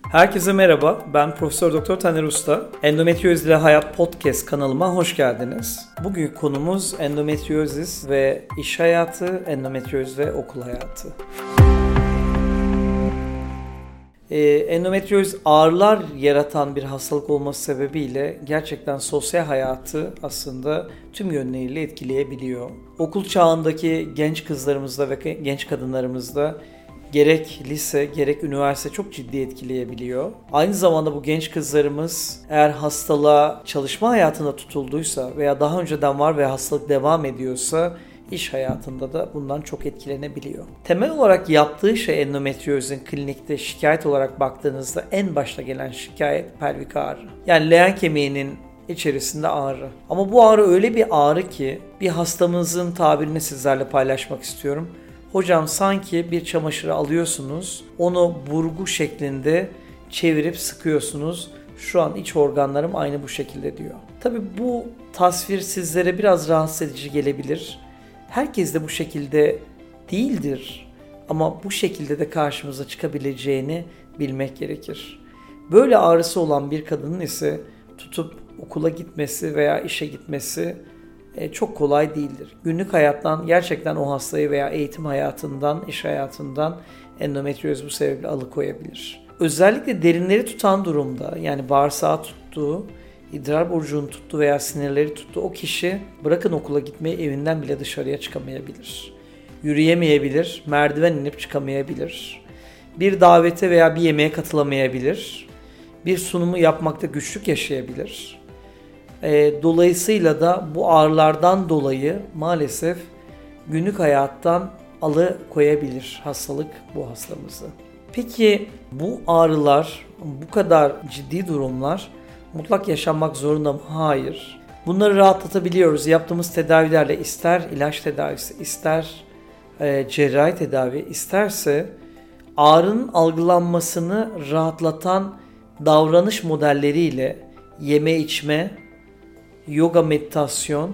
Herkese merhaba, ben Profesör Doktor Taner Usta. Endometrioz ile Hayat Podcast kanalıma hoş geldiniz. Bugün konumuz endometriozis ve iş hayatı, endometrioz ve okul hayatı. Endometrioz ağrılar yaratan bir hastalık olması sebebiyle gerçekten sosyal hayatı aslında tüm yönleriyle etkileyebiliyor. Okul çağındaki genç kızlarımızda ve genç kadınlarımızda gerek lise gerek üniversite çok ciddi etkileyebiliyor. Aynı zamanda bu genç kızlarımız eğer hastalığa çalışma hayatında tutulduysa veya daha önceden var ve hastalık devam ediyorsa iş hayatında da bundan çok etkilenebiliyor. Temel olarak yaptığı şey endometriozun klinikte şikayet olarak baktığınızda en başta gelen şikayet pelvik ağrı. Yani leğen kemiğinin içerisinde ağrı. Ama bu ağrı öyle bir ağrı ki bir hastamızın tabirini sizlerle paylaşmak istiyorum. Hocam sanki bir çamaşırı alıyorsunuz, onu burgu şeklinde çevirip sıkıyorsunuz. Şu an iç organlarım aynı bu şekilde diyor. Tabii bu tasvir sizlere biraz rahatsız edici gelebilir. Herkes de bu şekilde değildir. Ama bu şekilde de karşımıza çıkabileceğini bilmek gerekir. Böyle ağrısı olan bir kadının ise tutup okula gitmesi veya işe gitmesi çok kolay değildir. Günlük hayattan gerçekten o hastayı veya eğitim hayatından, iş hayatından endometrioz bu sebeple alıkoyabilir. Özellikle derinleri tutan durumda, yani bağırsağı tuttuğu, idrar borcuğunu tuttu veya sinirleri tuttu, o kişi bırakın okula gitmeyi evinden bile dışarıya çıkamayabilir. Yürüyemeyebilir, merdiven inip çıkamayabilir. Bir davete veya bir yemeğe katılamayabilir. Bir sunumu yapmakta güçlük yaşayabilir. Dolayısıyla da bu ağrılardan dolayı maalesef günlük hayattan alıkoyabilir hastalık bu hastamızı. Peki bu ağrılar, bu kadar ciddi durumlar mutlak yaşanmak zorunda mı? Hayır. Bunları rahatlatabiliyoruz. Yaptığımız tedavilerle ister ilaç tedavisi, ister cerrahi tedavi, isterse ağrının algılanmasını rahatlatan davranış modelleriyle yeme içme, yoga, meditasyon,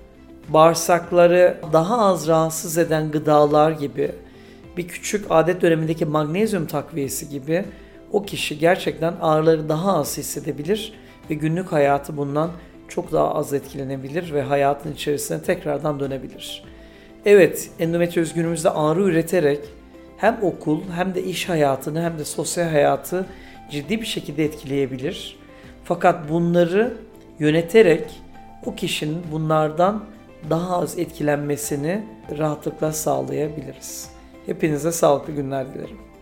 bağırsakları daha az rahatsız eden gıdalar gibi, bir küçük adet dönemindeki magnezyum takviyesi gibi o kişi gerçekten ağrıları daha az hissedebilir ve günlük hayatı bundan çok daha az etkilenebilir ve hayatın içerisine tekrardan dönebilir. Evet, endometrioz günümüzde ağrı üreterek hem okul hem de iş hayatını hem de sosyal hayatı ciddi bir şekilde etkileyebilir. Fakat bunları yöneterek o kişinin bunlardan daha az etkilenmesini rahatlıkla sağlayabiliriz. Hepinize sağlıklı günler dilerim.